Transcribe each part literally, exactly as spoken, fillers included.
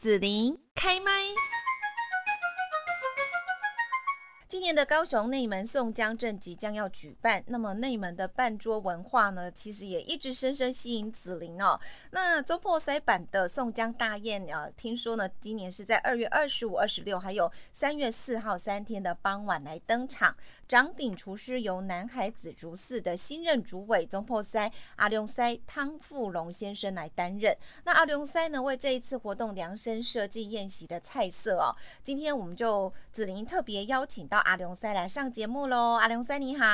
子琳开麦。今年的高雄内门宋江镇即将要举办，那么内门的办桌文化呢，其实也一直深深吸引子琳哦。那中破塞版的宋江大宴啊，听说呢，今年是在二月二十五、二十六，还有三月四号三天的傍晚来登场。掌鼎厨师由南海紫竹寺的新任主委中破塞阿龙塞汤富龙先生来担任。那阿龙塞呢，为这一次活动量身设计宴席的菜色哦。今天我们就子琳特别邀请到阿龙塞来上节目喽。阿龙塞你好。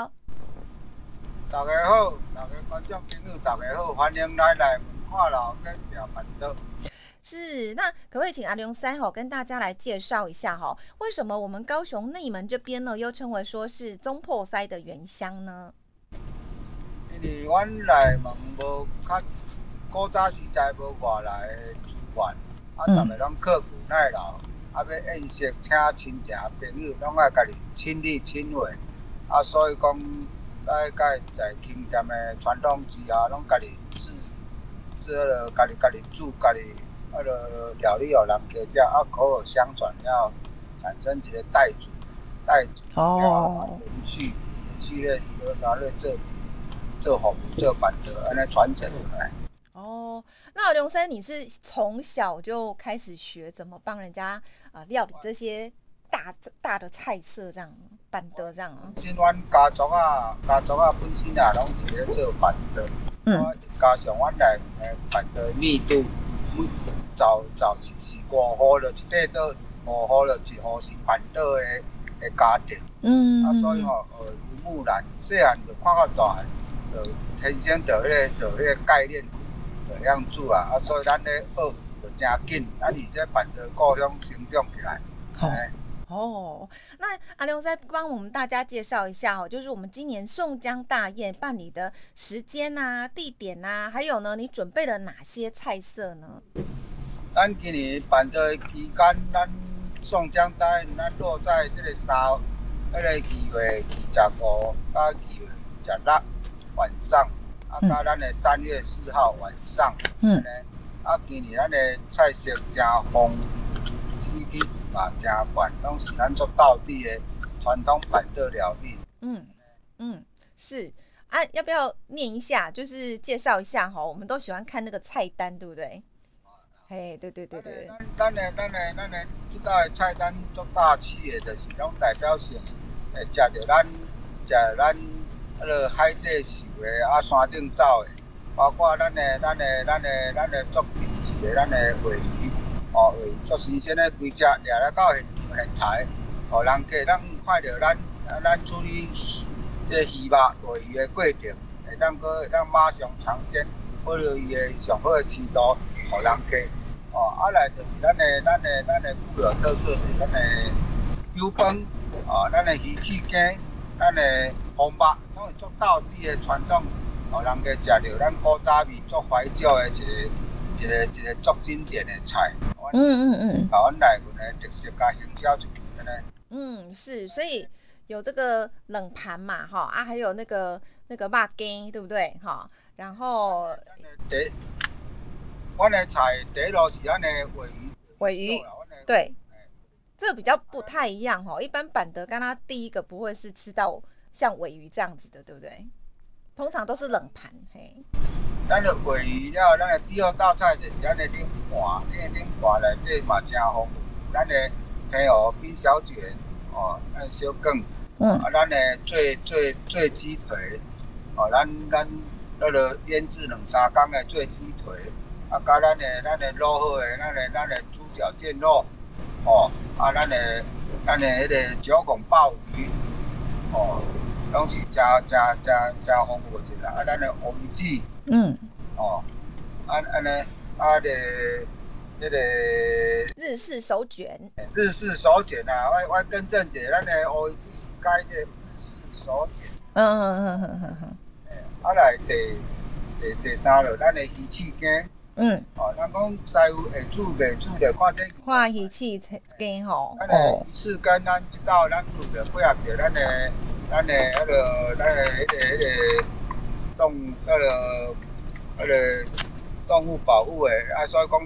大家好，大家观众朋友大家好，欢迎来来文化老跟表板的。 是，那可不可以请阿龙塞吼跟大家来介绍一下哈，为什么我们高雄内门这边呢，又称为说是中破塞的原乡呢？ 因为阮内门无较古早时代无外来的资源，啊，逐个拢刻苦耐劳，啊，要宴席请亲戚朋友，拢爱家己亲力亲为，啊，所以讲在在在轻店的传统之下，拢家己自自个家己家己煮家己。那个料理有人客食，啊，口耳相传，要产生一个代主、代主，哦，延续、延续咧，拿咧做做服务、做板德，安尼传承下来。 哦，那阿龙塞，你是从小就开始学怎么帮人家啊、呃、料理这些大大的菜色，这样板德这样啊？ 是阮家族啊，家族啊本身啊，拢是咧做板德，嗯，加上阮内诶板德密度。早早期是五户就一块岛，五户就一户是板岛的的家庭，嗯，啊，所以吼、哦，耳濡目染，细汉就看到大汉，就天生就迄、那个就迄个概念，就这样煮啊，啊，所以咱咧学就真紧，啊，而且板岛故乡成长起来，哎。 哦，那阿龙再帮我们大家介绍一下哦，就是我们今年宋江大宴办理的时间啊、地点啊，还有呢，你准备了哪些菜色呢？ 咱今年办的期间，咱宋江大宴咱落在这个三，那个二月二十五到二月二十六晚上，啊，到咱的三月四号晚上，嗯，啊，今年咱的菜色真丰。C P 值嘛，真高，拢是咱做道地的传统板德料理。 嗯嗯，是啊，要不要念一下？就是介绍一下哈，我们都喜欢看那个菜单，对不对？嘿，对对对对。 咱的咱的咱的这道的菜单做大气的，就是拢代表性，诶，食着咱食咱迄个海底游的啊，山顶走的，包括咱的咱的咱的咱的做品质的咱的鲔鱼。哦，做新鲜的规只掠来到现现台，哦，人客咱看到咱咱处理这个鱼肉鲔鱼的过程，会当个咱马上尝鲜，保留伊的上好的鲜度，互人客。哦，啊来就是咱的咱的咱的具有特色的咱的油饭，哦，咱的鱼翅羹，咱的红肉，拢是做道地的传统，互人客食到咱古早味做怀旧的一个一个一个足经典的菜。嗯嗯嗯，把阮内文的特色加营销出去，安尼。 嗯，是，所以有这个冷盘嘛，哈啊，还有那个那个肉羹，对不对？哈，然后第，阮的菜第一路是咱的鲔鱼。 鲔鱼，对，这个比较不太一样哈。一般板德刚刚第一个不会是吃到像鲔鱼这样子的，对不对？通常都是冷盘，嘿。 咱的鲔鱼了，咱的第二道菜就是咱的冷盘，咱的冷盘内底嘛真丰富。咱的平湖冰小卷，哦，咱的小羹，嗯，啊，咱的醉醉醉鸡腿，哦，咱咱那个腌制两三天的醉鸡腿，啊，加咱的咱的卤好的，咱的咱的猪脚腱肉，哦，啊，咱的咱的迄个九孔鲍鱼，哦。拢是真真真真丰富的啦，啊，咱的乌鱼子，嗯，哦，啊安尼啊个迄个日式手卷， 日式手卷啊，我我更正者，咱的乌鱼子是改个日式手卷，嗯嗯嗯嗯嗯嗯，啊来第第第三落，咱的鱼翅羹，嗯，哦，咱讲师傅会煮袂煮着看这， 看鱼翅羹吼， 咱的鱼翅羹，咱即道咱煮着配合着咱的。咱的迄个，咱的迄个迄个动，迄个迄个动物保护的，啊，所以讲咱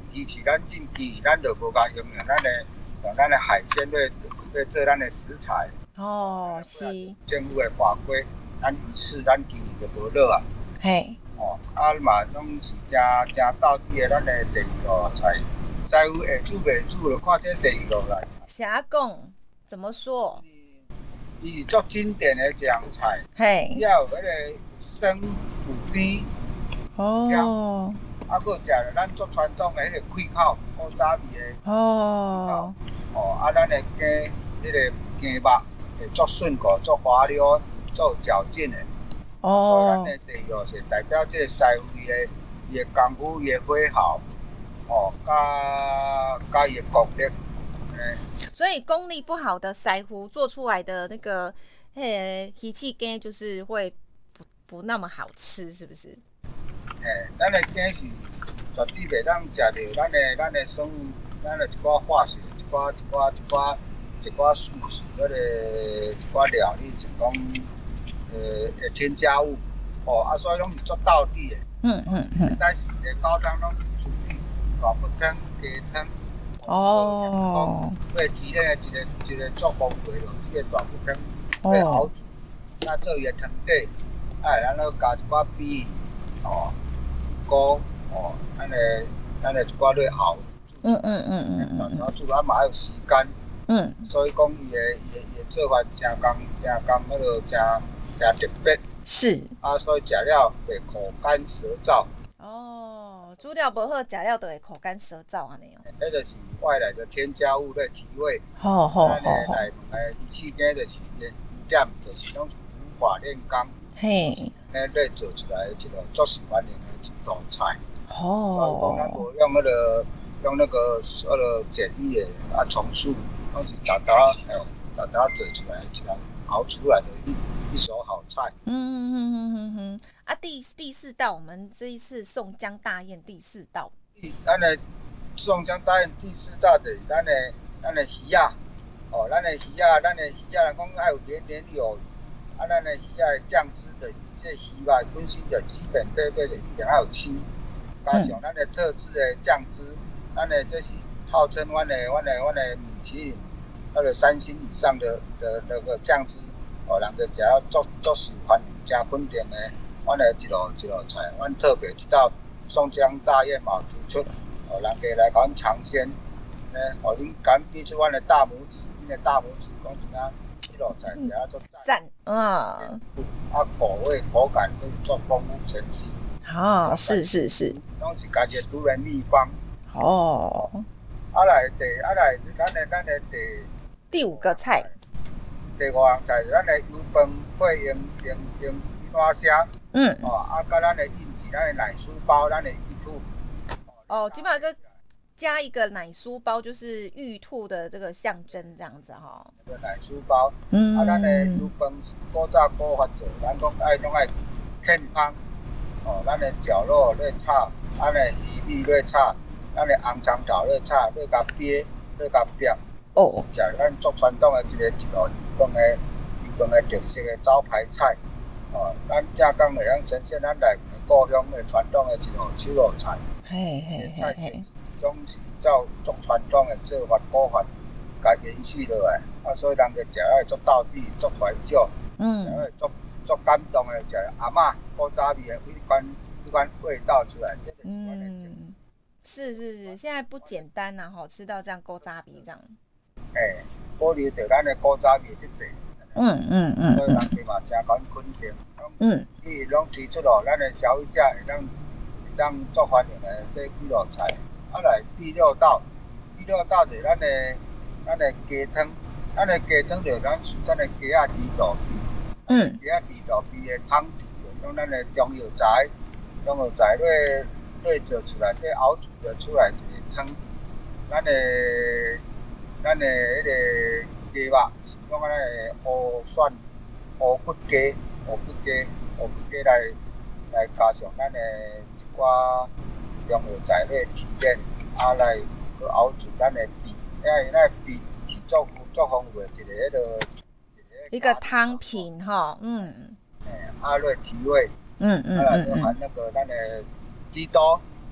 鱼市咱进鱼，咱就无甲用用咱的用咱的海鲜来来做咱的食材。 哦，是。 政府的法规，咱鱼市咱经营就无落啊。 嘿。 哦，啊嘛拢是真真到底的咱的第二道菜。师傅会煮袂煮，就看这第二道来。 啥讲？怎么说？ 伊是做经典的一样菜。 嘿。 要有迄个生腐甜。 哦。 啊，搁食着咱做传统的迄个开口古早味的。 哦。 哦，啊，咱的鸡，迄个鸡肉会做顺口、做滑溜、做嚼劲的。哦。所以咱的第二是代表这个师傅伊的伊的功夫、伊的火候，哦，加加伊的功力。嗯。 所以功力不好的师傅做出来的那个迄个鱼翅羹就是会不不那么好吃，是不是？ 嘿，咱的羹是绝对袂当食到咱的咱的生物，咱的一寡化学，一寡一寡一寡一寡素食，迄个一寡料理，像讲呃呃添加物，哦啊，所以拢是做到底的。嗯嗯嗯。但是个高汤拢是处理大骨汤、鸡汤。哦。为提炼一个一个做丰富的这个大骨汤，来熬煮，那做伊的汤底，哎，然后加一寡米，哦。锅哦，咱的咱的一寡咧熬，嗯嗯嗯嗯嗯，然后煮啊嘛还有时间，嗯，所以讲伊的伊的伊的做法真工真工，迄个真真特别， 是啊，所以食了会口干舌燥。 哦，煮了无好，食了就会口干舌燥安尼哦。 迄就是外来的添加物来提味。 好好好好。 咱的内内鱼翅羹就是优点，就是拢是无法炼钢。嘿。咧咧做出来一个足受欢迎的一道菜。哦。所以讲咱无用那个用那个那个简易的啊重塑，拢是大大诶大大做出来一个熬出来的一一手好菜。嗯嗯嗯嗯嗯。啊，第第四道，我们这一次宋江大宴第四道。 咱的宋江大宴第四道就是咱的咱的鱼啊，哦，咱的鱼啊，咱的鱼啊，讲爱有年年有余，啊，咱的鱼啊酱汁的。这鱼吧本身就基本配备的一定要有青，加上咱的特制的酱汁，咱的这是号称阮的阮的阮的米其林，那个三星以上的的那个酱汁，哦，人个食了足足喜欢，真稳定的，阮的一道一道菜，阮特别一道宋江大宴嘛突出，哦，人家来甲阮尝鲜，呢，哦，恁敢比出阮的大拇指，恁的大拇指讲真啊。这道菜食啊足赞，嗯， 啊口味口感都是做丰富层次。 哦，是是是， 拢是家己独门秘方。 哦， 啊来第啊来咱的咱的第第五个菜， 第五样菜是咱的油饭配用用用鱼花虾。嗯。哦，啊，甲咱的印子，咱的奶酥包，咱的鱼兔。 哦，基本上个。加一个奶酥包，就是玉兔的这个象征，这样子哈。 这个奶酥包，嗯，啊，咱的油饭是古早古法做，咱讲爱拢爱欠芳，哦，咱的绞肉来炒，咱的鱼米来炒，咱的红肠头来炒，来甲煸，来甲煸。哦。食咱足传统的一个一道油饭的油饭的特色的招牌菜，哦，咱正讲会晓呈现咱内面故乡的传统的一道手路菜。嘿嘿嘿嘿。总是照足传统的做法古法，甲延续落来，啊，所以人家食了足到底，足怀旧，嗯，食足足感动的，食阿嬷古早味的一款一款味道出来，这就是阮的嗯，是是是，现在不简单呐，吼，吃到这样古早味这样。 嘿，保留着咱的古早味这块。嗯嗯嗯。所以人家嘛真敢肯定，嗯，伊拢推出咯，咱的消费者会当会当足欢迎的这几道菜。啊来第六道，第六道就是咱的咱的鸡汤，咱的鸡汤就是咱咱的鸡仔猪肚皮，嗯，鸡仔猪肚皮的汤底，用咱的中药材，中药材来来做出来，来熬煮做出来一个汤。咱的咱的迄个鸡肉是讲咱的乌蒜、乌骨鸡、乌骨鸡、乌骨鸡来来加上咱的一寡。中药材来提炼，啊来去熬煮咱的皮，因为咱皮是足足丰富的一个迄个一个汤品哈，嗯， 诶，啊来提味，嗯嗯，啊来就含那个咱的鸡刀，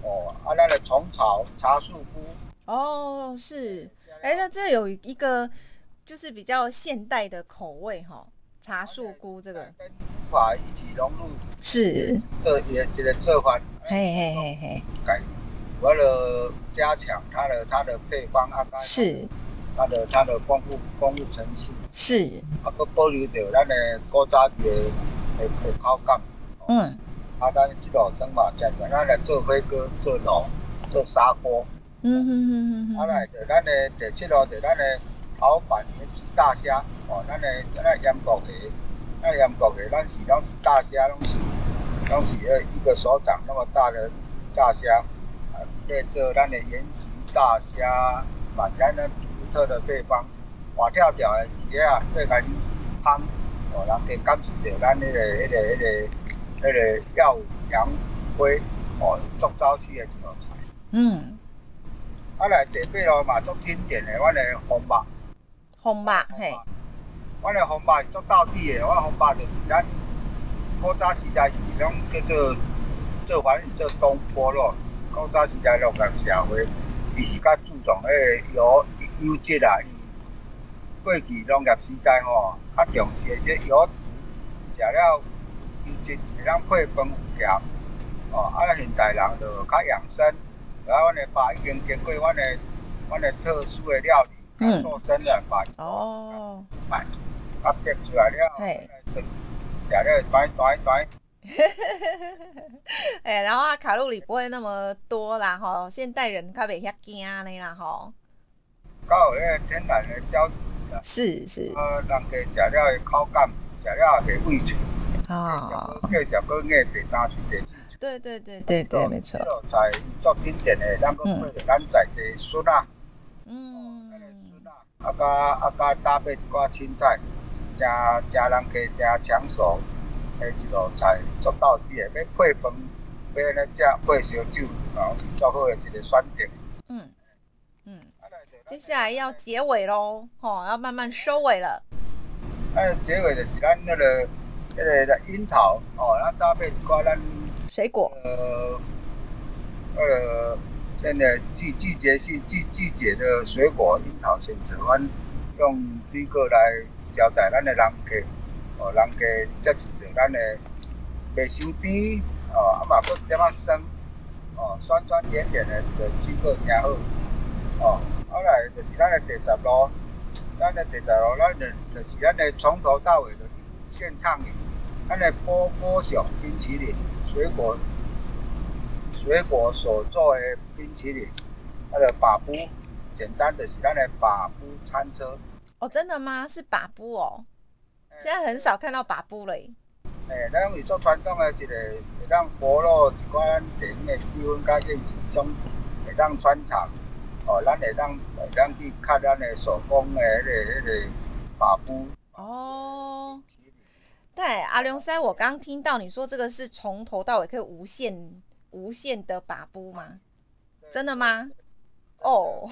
哦，啊，咱的虫草、茶树菇。 哦，是，哎，那这有一个就是比较现代的口味哈，茶树菇这个跟古法一起融入， 是， 这也这个做法， 嘿嘿嘿嘿， 改为了加强它的它的配方啊， 是， 它的它的丰富丰富层次， 是， 啊，佮保留着咱的古早味的的的口感。 嗯， 啊，咱这路装嘛，食咱来做火锅、做卤、做砂锅。 嗯哼哼哼哼， 啊来着咱的第七路就咱的陶板原鸡大虾，哦，咱的咱的盐焗鱼，咱盐焗鱼，咱是拢是大虾，拢是拢是一个手掌那么大的大虾，啊，在做咱的原鸡大虾，把咱的独特的配方，活跳跳的鱼啊，最紧香，哦，人家感受到咱迄个迄个迄个迄个耀阳辉，哦，足早起的一道菜。 嗯。 啊来第八路嘛，足经典的，阮的红肉。 红肉嘿， 阮的红肉是足道地的，阮红肉就是咱古早时代是拢叫做做法是做东坡肉。古早时代农业社会，伊是较注重迄个油油脂啊。过去农业时代吼，较重视的些油脂，食了油脂会当配饭有咸。哦，啊现代人就较养生。然后阮的肉已经经过阮的阮的特殊的料理，嗯，做成了肉哦，卖，啊变出来了，嘿，食了短短短。 哎，然后它卡路里不会那么多啦，吼，现代人较袂遐惊呢啦，吼。 较有迄个天然的胶质啦， 是是。 啊，人家食了的口感，食了也袂畏嘴。啊。继续搁硬第三喙、第四喙。 对对对对对，没错。 这道菜足经典的，咱搁配着咱在地笋啊， 嗯， 笋啊，啊加啊加搭配一寡青菜，真真人家真抢手的一道菜，足到底的。要配饭，要安尼食配烧酒，然后是足好的一个选择。 嗯嗯。接下来要结尾喽，吼，要慢慢收尾了。 哎，结尾就是咱那个那个樱桃哦，咱搭配一寡咱。 水果， 呃，呃，现在季季节性季季节的水果樱桃选择，阮用水果来招待咱的人客，哦，人客接受着咱的袂伤甜，哦，啊嘛搁点仔酸，哦，酸酸甜甜的一个水果真好，哦，后来就是咱的第十路，咱的第十路，咱就就是咱的从头到尾的现唱语，咱的波波熊冰淇淋。水果水果所做的冰淇淋，它的把布，简单的是咱的把布餐车。 哦，真的吗？是把布哦，现在很少看到把布了。 诶，咱为做传统的一个，会当活络一寡咱地方的气氛甲宴席中，会当穿插。哦，咱会当会当去看咱的手工的迄、那个迄、那个把布。 哦。对，阿龙塞，我刚听到你说这个是从头到尾可以无限无限的把布吗？真的吗？哦，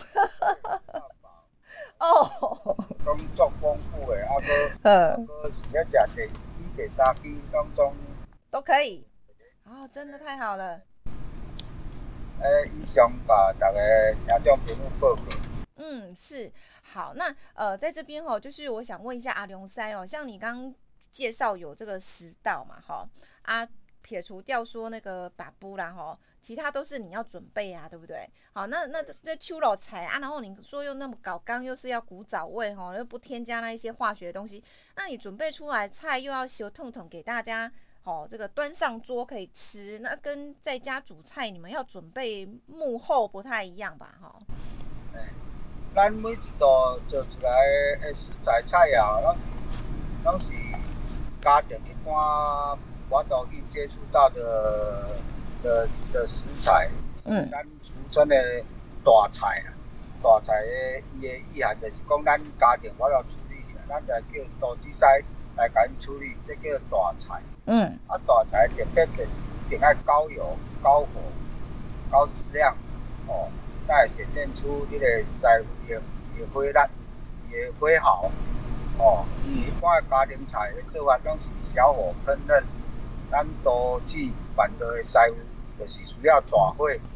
哦， 工作丰富的，啊个，个是要食第一、第三支当中都可以。哦，真的太好了。 诶，以上把大家听众朋友报告。 嗯，是好。那呃，在这边哦，就是我想问一下阿龙塞哦，像你刚介绍有这个十道嘛，哈啊，撇除掉说那个把布啦，哈，其他都是你要准备啊，对不对？好，那那这秋老菜啊，然后你说又那么搞刚，又是要古早味哈，又不添加那一些化学的东西，那你准备出来菜又要修痛痛给大家，哦，这个端上桌可以吃，那跟在家煮菜你们要准备幕后不太一样吧，哈？ 咱每一道做出来的食材菜肴，拢是拢是。家庭一般我都去接触到的的的食材，嗯，咱俗称的大菜啊，大菜的伊的意涵就是讲咱家庭我要处理，咱就叫大煮菜来甲因处理，这叫大菜。嗯，啊大菜特别就是一定要高油、高火、高质量，哦，才会显现出迄个菜的的火力、的火候。哦，伊一般的家庭菜的做法拢是小火烹饪，咱都煮办到的师傅就是需要大火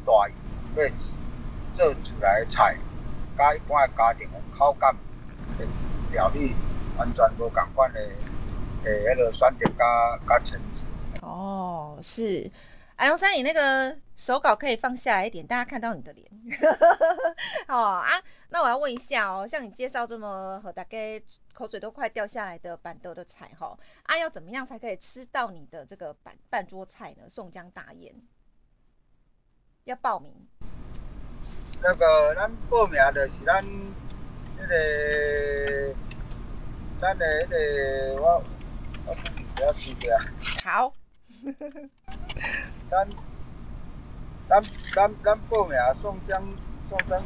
大鱼买做出来的菜，甲一般的家庭的口感料理完全无同款的诶，迄个选择甲甲层次。 哦，是。阿龙山，你那个手稿可以放下来一点，大家看到你的脸。好啊，那我要问一下哦，像你介绍这么和大概口水都快掉下来的板豆的菜哈，啊，要怎么样才可以吃到你的这个板半桌菜呢？宋江大宴要报名。 那个咱报名就是咱迄、那个咱的迄、那个我我不要输掉。 好。 咱咱咱咱报名宋江宋江，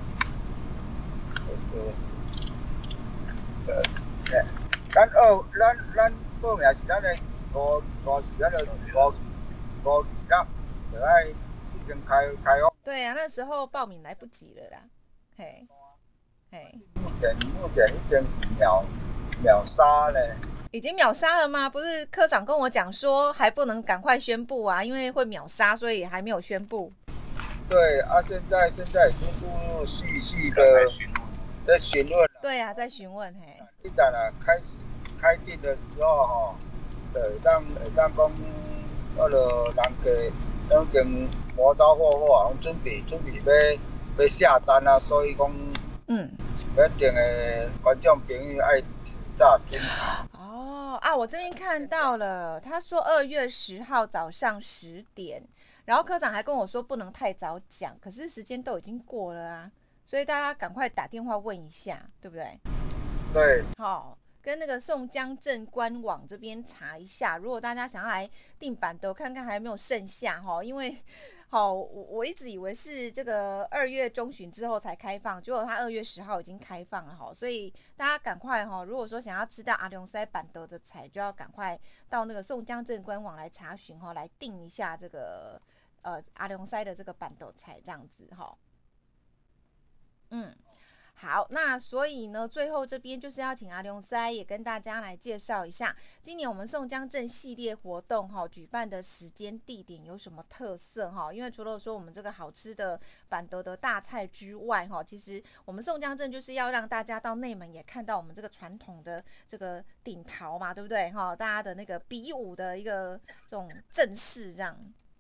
呃呃，咱二咱咱报名是咱的五五是咱的五五二六，就爱已经开开放。 对啊，那时候报名来不及了啦。嘿，嘿。 目前目前已经是秒秒杀嘞。 已经秒杀了吗？不是科长跟我讲说还不能赶快宣布啊，因为会秒杀，所以还没有宣布。 对啊，现在现在已经陆陆续续的在询问了。 对啊，在询问嘿。 一旦啊开始开店的时候吼，对，当当讲迄落人家都已经磨刀霍霍啊，准备准备要要下单啊，所以讲嗯，一定的观众朋友爱提早准备。 哦啊，我这边看到了，他说二月十号早上十点，然后科长还跟我说不能太早讲，可是时间都已经过了啊，所以大家赶快打电话问一下，对不对？ 对。 好，跟那个宋江镇官网这边查一下，如果大家想要来订板豆，看看还有没有剩下哈，因为。好，我我一直以为是这个二月中旬之后才开放，结果它二月十号已经开放了哈，所以大家赶快哈，如果说想要吃到阿龙塞板豆的菜，就要赶快到那个宋江镇官网来查询哈，来订一下这个呃阿龙塞的这个板豆菜这样子哈。嗯。好，那所以呢，最后这边就是要请阿龙塞也跟大家来介绍一下，今年我们宋江镇系列活动哈，举办的时间地点有什么特色哈？因为除了说我们这个好吃的板豆的大菜之外哈，其实我们宋江镇就是要让大家到内门也看到我们这个传统的这个顶桃嘛，对不对哈？大家的那个比武的一个这种阵势这样，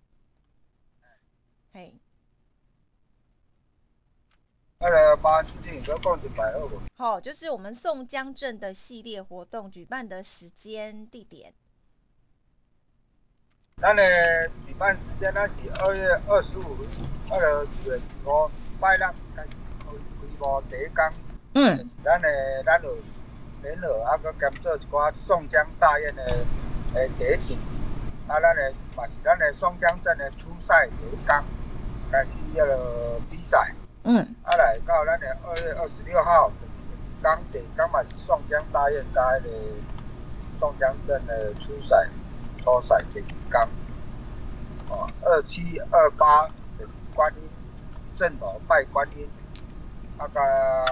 嘿。 那个八之前再讲一摆好无？ 好，就是我们宋江镇的系列活动举办的时间、地点。 咱的举办时间咱是二月二十五，二月二十五拜六开始开幕第一天。嗯。咱的咱就联合啊，佮兼做一寡宋江大宴的诶第一场。啊，咱的嘛是咱的宋江镇的初赛第一天，开始迄个比赛。嗯，啊来到咱的二月二十六号，刚第刚嘛是宋江大宴加迄个宋江镇的初赛、初赛第二天。哦，二七二八就是观音镇头拜观音，啊个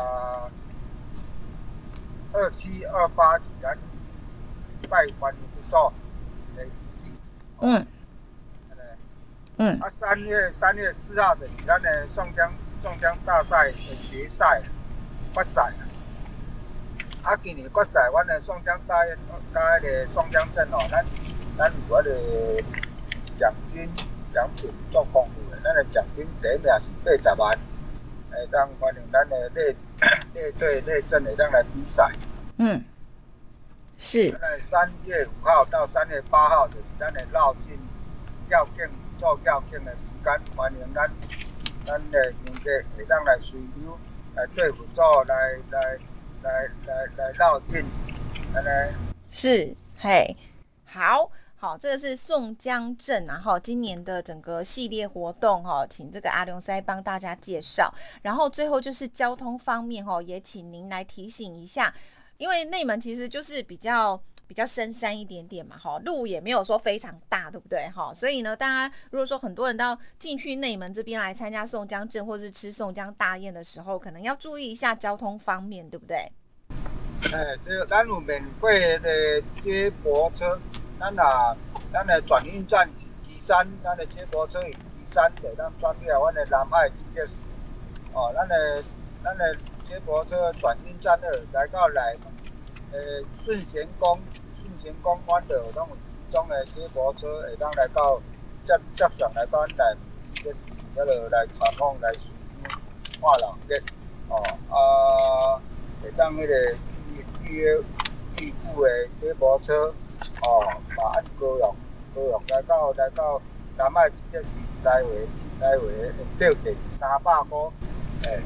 二七二八是咱拜观音不做的仪式。嗯。嗯。啊，三月三月四号就是咱的宋江。宋江大赛的决赛、决赛，啊，今年决赛，阮的宋江大宴甲迄个宋江镇哦，咱咱有迄个奖金奖品足丰富的，咱的奖金第一名是八十万，会当欢迎咱的列列队列阵会当来比赛。嗯，是。咱的三月五号到三月八号就是咱的绕境绕境做绕境的时间，欢迎咱。咱的游客会当来随游，来对辅助，来来来来来绕境，安尼是嘿，好好，这个是宋江镇啊，哈，今年的整个系列活动哈，请这个阿龙塞帮大家介绍，然后最后就是交通方面哈，也请您来提醒一下，因为内门其实就是比较。比较深山一点点嘛，哈，路也没有说非常大，对不对？哈，所以呢，大家如果说很多人到进去内门这边来参加宋江镇或是吃宋江大宴的时候，可能要注意一下交通方面，对不对？ 哎，对，咱有免费的接驳车，咱啊，咱的转运站是旗山，咱的接驳车是旗山就当转去阮的南海极乐寺。哦，咱的咱的接驳车转运站二来到来，诶，顺贤宫顺贤宫湾的有当有集中的接驳车会当来到接接上来到咱来极乐寺，迄落来参访来巡看人节。哦啊，会当迄个预约预付的接驳车，哦，嘛按高雄高雄来到来到南海极乐寺来回来回票价是三百块。欸、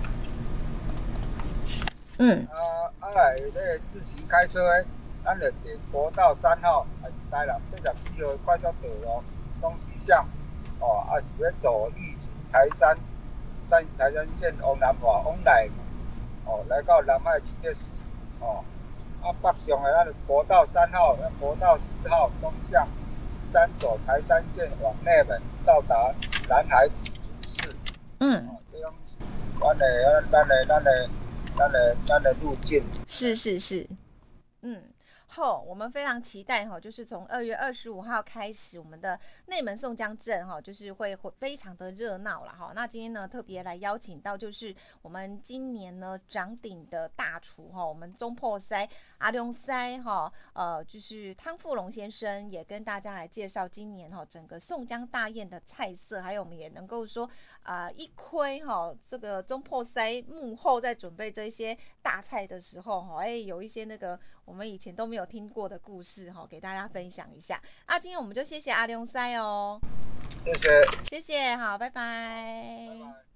嗯， 啊啊来迄个自行开车诶，咱就坐国道三号，啊是台南八十四号快速道路东西向，哦，啊是要走义井台山山台山线往南华往内，哦，来到南海极乐寺，哦，啊北上诶，咱就国道三号、国道四号东向十三走台山线往内门，到达南海紫竹寺。 嗯。 哦，这样咱的、咱的、咱的、咱的、咱的路径是是是，嗯。后、哦、我们非常期待哈，就是从二月二十五号开始，我们的内门宋江镇哈，就是会会非常的热闹了哈。那今天呢，特别来邀请到就是我们今年呢掌鼎的大厨哈，我们中破塞阿龙塞哈，呃，就是汤富龙先生也跟大家来介绍今年哈整个宋江大宴的菜色，还有我们也能够说啊、呃、一窥哈这个中破塞幕后在准备这些大菜的时候哈，哎，有一些那个我们以前都没有听过的故事哈，给大家分享一下。啊，今天我们就谢谢阿龙塞哦， 谢谢， 谢谢，好，拜拜。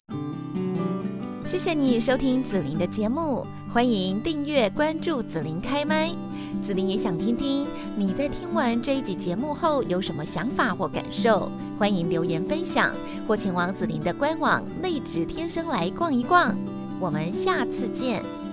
谢谢你收听子琳的节目，欢迎订阅关注子琳开麦。子琳也想听听你在听完这一集节目后有什么想法或感受，欢迎留言分享，或前往子琳的官网内指天生来逛一逛。我们下次见。